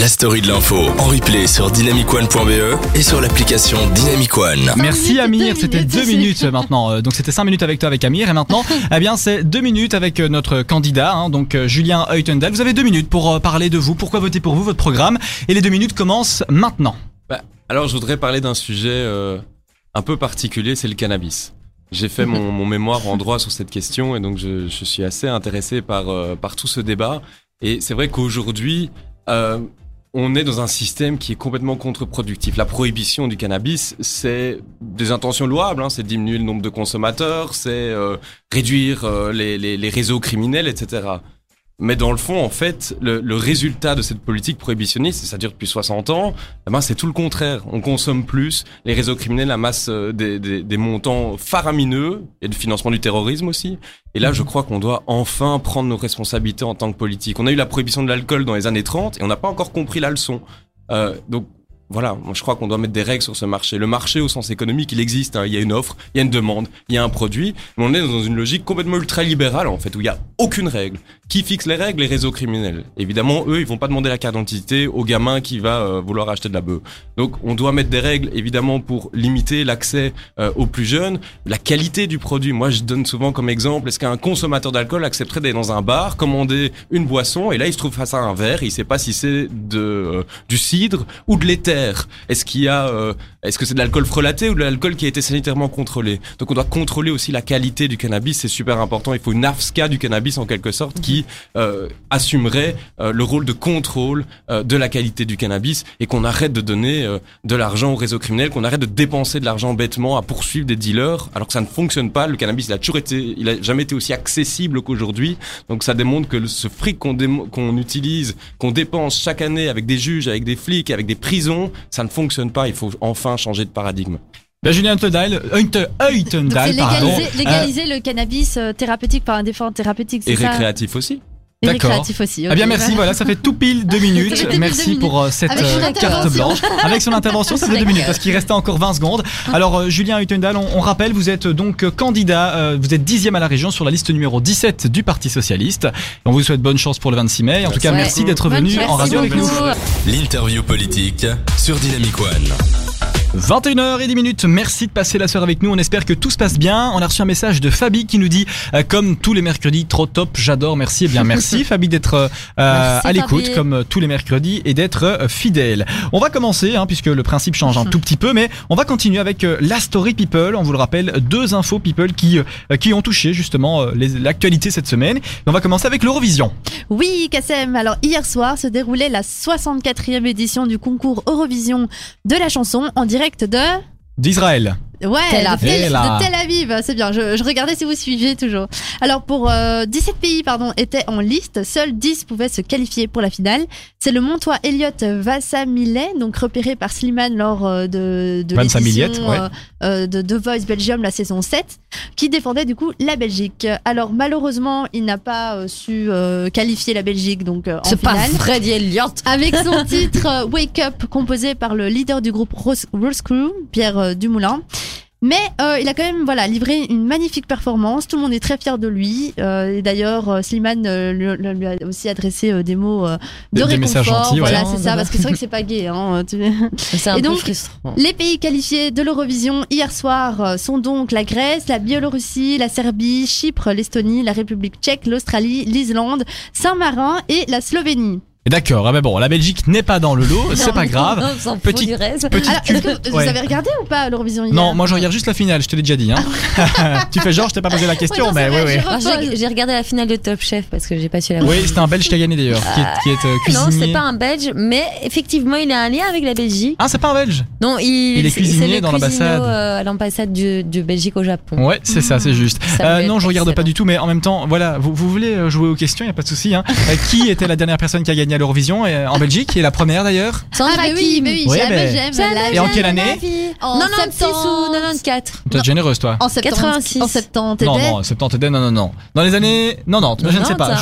La story de l'info en replay sur dynamicone.be et sur l'application Dynamic One. Merci Amir, c'était 2 minutes maintenant. Donc c'était 5 minutes avec toi avec Amir et maintenant c'est 2 minutes avec notre candidat, donc Julien Heutendal. Vous avez 2 minutes pour parler de vous, pourquoi voter pour vous, votre programme, et les 2 minutes commencent maintenant. Alors je voudrais parler d'un sujet un peu particulier, c'est le cannabis. J'ai fait mon mémoire en droit sur cette question et donc je suis assez intéressé par tout ce débat. Et c'est vrai qu'aujourd'hui, on est dans un système qui est complètement contre-productif. La prohibition du cannabis, c'est des intentions louables, c'est diminuer le nombre de consommateurs, c'est réduire les réseaux criminels, etc. Mais dans le fond, en fait, le résultat de cette politique prohibitionniste, ça dure depuis 60 ans, c'est tout le contraire. On consomme plus, les réseaux criminels amassent des montants faramineux, et de financement du terrorisme aussi. Et là, je crois qu'on doit enfin prendre nos responsabilités en tant que politique. On a eu la prohibition de l'alcool dans les années 30 et on n'a pas encore compris la leçon. Donc voilà, moi je crois qu'on doit mettre des règles sur ce marché. Le marché au sens économique, il existe, il y a une offre, il y a une demande, il y a un produit, mais on est dans une logique complètement ultra-libérale en fait, où il y a aucune règle. Qui fixe les règles? Les réseaux criminels. Évidemment, eux, ils vont pas demander la carte d'identité au gamin qui va vouloir acheter de la bœuf. Donc on doit mettre des règles évidemment pour limiter l'accès aux plus jeunes, la qualité du produit. Moi je donne souvent comme exemple, est-ce qu'un consommateur d'alcool accepterait d'aller dans un bar, commander une boisson et là il se trouve face à un verre, il sait pas si c'est du cidre ou de l'éther. Est-ce que c'est de l'alcool frelaté ou de l'alcool qui a été sanitairement contrôlé? Donc on doit contrôler aussi la qualité du cannabis, c'est super important. Il faut une AFSCA du cannabis en quelque sorte qui assumerait le rôle de contrôle de la qualité du cannabis et qu'on arrête de donner de l'argent aux réseaux criminels, qu'on arrête de dépenser de l'argent bêtement à poursuivre des dealers alors que ça ne fonctionne pas. Le cannabis il a jamais été aussi accessible qu'aujourd'hui. Donc ça démontre que ce fric qu'on utilise, qu'on dépense chaque année avec des juges, avec des flics, avec des prisons, ça ne fonctionne pas, il faut enfin changer de paradigme. Julien Heutendal, légaliser le cannabis thérapeutique par un défense thérapeutique, c'est et ça? récréatif aussi. Et récréatif aussi. Okay. Merci, voilà, ça fait tout pile 2 minutes. Merci pour cette carte blanche. Avec son intervention, ça fait 2 minutes parce qu'il restait encore 20 secondes. Alors, Julien Heutendal, on rappelle, vous êtes donc candidat, vous êtes 10e à la région sur la liste numéro 17 du Parti Socialiste. On vous souhaite bonne chance pour le 26 mai. En tout cas, merci d'être venu en radio avec nous. L'interview politique sur Dynamic One. 21h10, merci de passer la soirée avec nous, on espère que tout se passe bien. On a reçu un message de Fabi qui nous dit comme tous les mercredis, trop top, j'adore, merci. Eh bien merci Fabi d'être à l'écoute Fabi, comme tous les mercredis et d'être fidèle. On va commencer puisque le principe change un tout petit peu, mais on va continuer avec la Story People. On vous le rappelle, 2 infos People qui ont touché justement l'actualité cette semaine. Et on va commencer avec l'Eurovision. Oui Kassem, alors hier soir se déroulait la 64e édition du concours Eurovision de la chanson en direct d'Israël. Ouais, de Tel Aviv, c'est bien. Je regardais si vous suivez toujours. Alors pour 17 pays étaient en liste, seuls 10 pouvaient se qualifier pour la finale. C'est le Montois Elliot Vassamillet, donc repéré par Slimane lors de l'édition de The Voice Belgium la saison 7, qui défendait du coup la Belgique. Alors malheureusement, il n'a pas su qualifier la Belgique donc en finale. C'est pas Freddy Elliot. Avec son titre Wake Up, composé par le leader du groupe Rose Crew, Pierre Dumoulin. Mais il a quand même livré une magnifique performance. Tout le monde est très fier de lui. Et d'ailleurs, Slimane lui a aussi adressé des mots de réconfort. Gentils, voilà, c'est ça, parce que c'est vrai que c'est pas gay. C'est un peu frustrant. Les pays qualifiés de l'Eurovision hier soir sont donc la Grèce, la Biélorussie, la Serbie, Chypre, l'Estonie, la République tchèque, l'Australie, l'Islande, Saint-Marin et la Slovénie. D'accord, mais bon, la Belgique n'est pas dans le lot, c'est pas grave. On s'en fout du reste. Alors, est-ce que vous avez regardé ou pas l'Eurovision hier? Non, moi je regarde juste la finale, je te l'ai déjà dit. Tu fais genre, je t'ai pas posé la question, mais oui. J'ai regardé la finale de Top Chef parce que j'ai pas su la voir. Oui, c'était un Belge qui a gagné d'ailleurs, qui est cuisinier. Non, c'est pas un Belge, mais effectivement, il a un lien avec la Belgique. Ah, c'est pas un Belge? Non, il est cuisinier dans l'ambassade. À l'ambassade de Belgique au Japon. Ouais, c'est ça, c'est juste. Non, je regarde pas du tout, mais en même temps, voilà, vous voulez jouer aux questions, y a pas de souci. Qui était la dernière personne qui a gagné à l'Eurovision en Belgique, et la première d'ailleurs? Sandra Kim. Oui, j'aime. Et en quelle année? En 96 ou 94. Toi, généreuse, toi. En 86. En 70. Non, 70, non. Dans les années 90, mais je ne sais pas.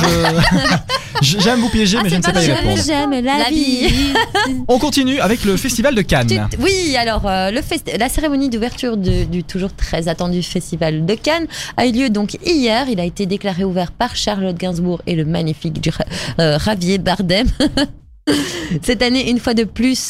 J'aime vous piéger, mais je ne sais pas y répondre. J'aime la vie. On continue avec le Festival de Cannes. Oui, alors la cérémonie d'ouverture du toujours très attendu Festival de Cannes a eu lieu donc hier. Il a été déclaré ouvert par Charlotte Gainsbourg et le magnifique Javier Bardem. Cette année, une fois de plus,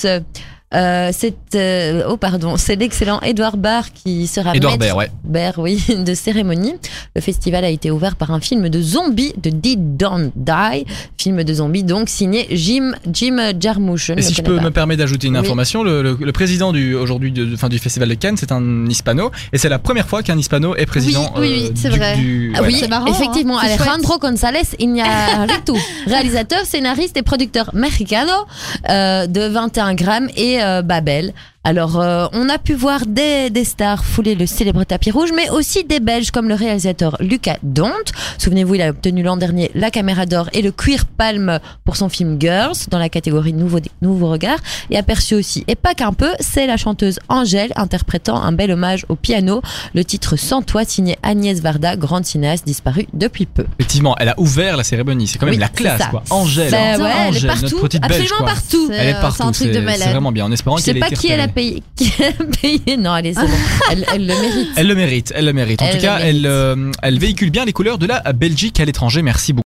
c'est l'excellent Edouard Baird qui sera Edouard maître Baird, oui, de cérémonie. Le festival a été ouvert par un film de zombies de Dead Don't Die, film de zombies donc signé Jim Jarmusch. Et si je peux me permettre d'ajouter une information, le président du festival de Cannes, c'est un hispano, et c'est la première fois qu'un hispano est président. Oui, c'est vrai. Oui, c'est marrant, effectivement. hein, Alejandro González Iñárritu, réalisateur, scénariste et producteur mexicano de 21 grammes et Babel. Alors, on a pu voir des stars fouler le célèbre tapis rouge, mais aussi des Belges comme le réalisateur Lucas Dont. Souvenez-vous, il a obtenu l'an dernier la Caméra d'Or et le Queer Palm pour son film Girls dans la catégorie Nouveau Regard. Et aperçu aussi, et pas qu'un peu, c'est la chanteuse Angèle interprétant un bel hommage au piano. Le titre Sans toi, signé Agnès Varda, grande cinéaste disparue depuis peu. Effectivement, elle a ouvert la cérémonie. C'est quand même la classe, quoi. Angèle, elle est partout, notre petite Belge, absolument quoi. partout. Elle est partout. C'est un truc de malade. C'est vraiment bien. En espérant qu'elle ait été repérée. Qui a payé. Non, allez, c'est bon. Elle le mérite. Elle le mérite. En tout cas, elle véhicule bien les couleurs de la Belgique à l'étranger. Merci beaucoup.